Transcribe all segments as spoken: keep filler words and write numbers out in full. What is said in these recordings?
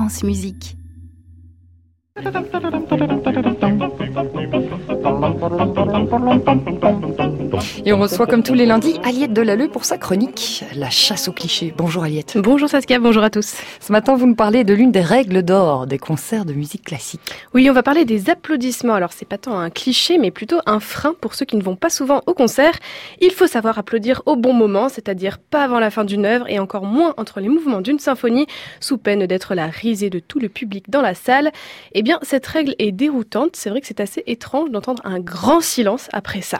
France Musique. Et on reçoit comme tous les lundis Aliette Delalleux pour sa chronique La chasse aux clichés. Bonjour Aliette. Bonjour Saskia, bonjour à tous. Ce matin vous nous parlez de l'une des règles d'or des concerts de musique classique. Oui, on va parler des applaudissements. Alors c'est pas tant un cliché mais plutôt un frein pour ceux qui ne vont pas souvent au concert. Il faut savoir applaudir au bon moment, c'est-à-dire pas avant la fin d'une œuvre et encore moins entre les mouvements d'une symphonie, sous peine d'être la risée de tout le public dans la salle. Eh bien cette règle est déroutante, c'est vrai que c'est assez étrange d'entendre un grand silence après ça.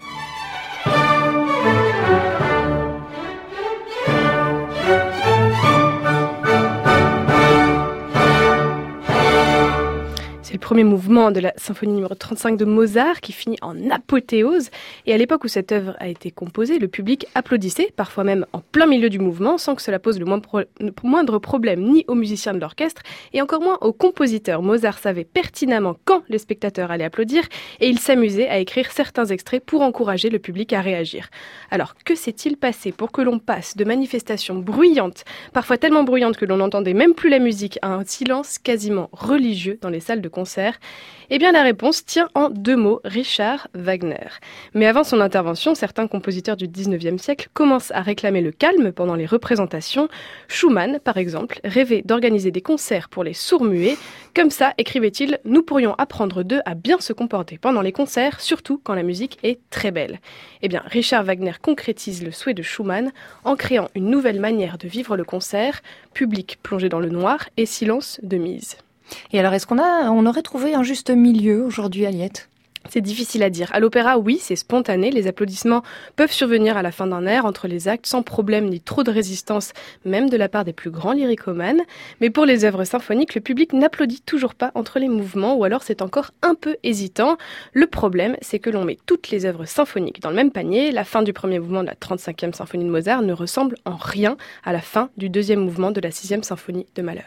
C'est le premier mouvement de la symphonie numéro trente-cinq de Mozart qui finit en apothéose. Et à l'époque où cette œuvre a été composée, le public applaudissait, parfois même en plein milieu du mouvement, sans que cela pose le moindre problème ni aux musiciens de l'orchestre et encore moins aux compositeurs. Mozart savait pertinemment quand les spectateurs allaient applaudir et il s'amusait à écrire certains extraits pour encourager le public à réagir. Alors, que s'est-il passé pour que l'on passe de manifestations bruyantes, parfois tellement bruyantes que l'on n'entendait même plus la musique, à un silence quasiment religieux dans les salles de concert? Eh bien la réponse tient en deux mots, Richard Wagner. Mais avant son intervention, certains compositeurs du dix-neuvième siècle commencent à réclamer le calme pendant les représentations. Schumann, par exemple, rêvait d'organiser des concerts pour les sourds-muets. Comme ça, écrivait-il, nous pourrions apprendre d'eux à bien se comporter pendant les concerts, surtout quand la musique est très belle. Eh bien, Richard Wagner concrétise le souhait de Schumann en créant une nouvelle manière de vivre le concert, public plongé dans le noir et silence de mise. Et alors, est-ce qu'on a, on aurait trouvé un juste milieu aujourd'hui, Aliette ? C'est difficile à dire. À l'opéra, oui, c'est spontané. Les applaudissements peuvent survenir à la fin d'un air, entre les actes, sans problème ni trop de résistance, même de la part des plus grands lyricomanes. Mais pour les œuvres symphoniques, le public n'applaudit toujours pas entre les mouvements, ou alors c'est encore un peu hésitant. Le problème, c'est que l'on met toutes les œuvres symphoniques dans le même panier. La fin du premier mouvement de la trente-cinquième symphonie de Mozart ne ressemble en rien à la fin du deuxième mouvement de la sixième symphonie de Mahler.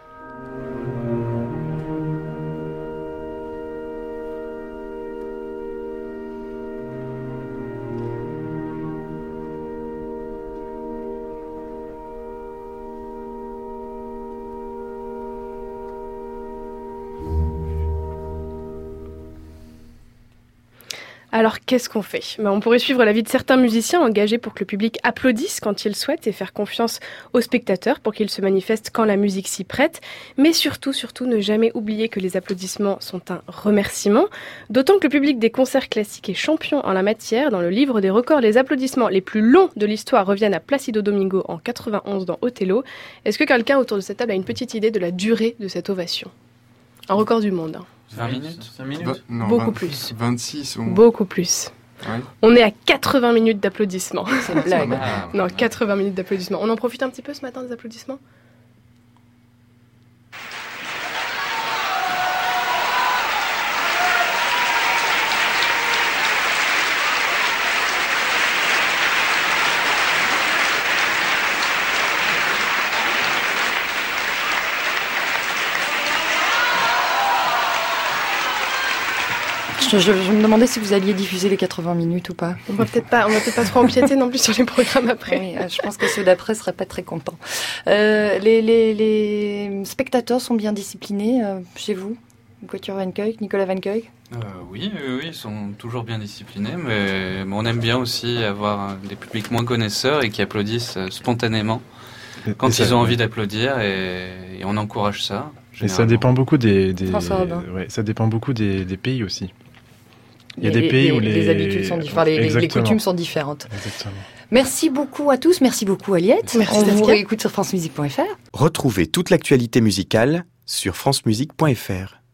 Alors, qu'est-ce qu'on fait ? Ben, on pourrait suivre l'avis de certains musiciens engagés pour que le public applaudisse quand il souhaite et faire confiance aux spectateurs pour qu'ils se manifestent quand la musique s'y prête. Mais surtout, surtout, ne jamais oublier que les applaudissements sont un remerciement. D'autant que le public des concerts classiques est champion en la matière. Dans le livre des records, les applaudissements les plus longs de l'histoire reviennent à Placido Domingo en quatre-vingt-onze dans Othello. Est-ce que quelqu'un autour de cette table a une petite idée de la durée de cette ovation ? Un record du monde, hein. vingt minutes cinq minutes Va, non, Beaucoup vingt, plus. vingt-six ou... Beaucoup plus. Ouais. On est à quatre-vingts minutes d'applaudissements. C'est une blague. Ah, Non, quatre-vingts minutes d'applaudissements. On en profite un petit peu ce matin des applaudissements ? Je, je, je me demandais si vous alliez diffuser les quatre-vingts minutes ou pas. On va peut-être pas, on va peut-être pas trop empiéter non plus sur les programmes après. Oui, je pense que ceux d'après seraient pas très contents. Euh, les, les, les spectateurs sont bien disciplinés euh, chez vous, Quatuor Van Kuijk, Nicolas Van Kuijk. euh, oui, oui, oui, ils sont toujours bien disciplinés, mais, mais on aime bien aussi avoir des publics moins connaisseurs et qui applaudissent spontanément quand et ils ça, ont ouais. envie d'applaudir et, et on encourage ça. Et ça dépend beaucoup des, des François Robin. ouais, ça dépend beaucoup des, des pays aussi. Il y a Les- des pays les, où les, les habitudes sont différentes, les, les- les Exactement. coutumes sont différentes. Exactement. Merci beaucoup à tous, merci beaucoup Aliette. Merci, On vous Saskia. réécoute sur francemusique point f r. Retrouvez toute l'actualité musicale sur francemusique point f r.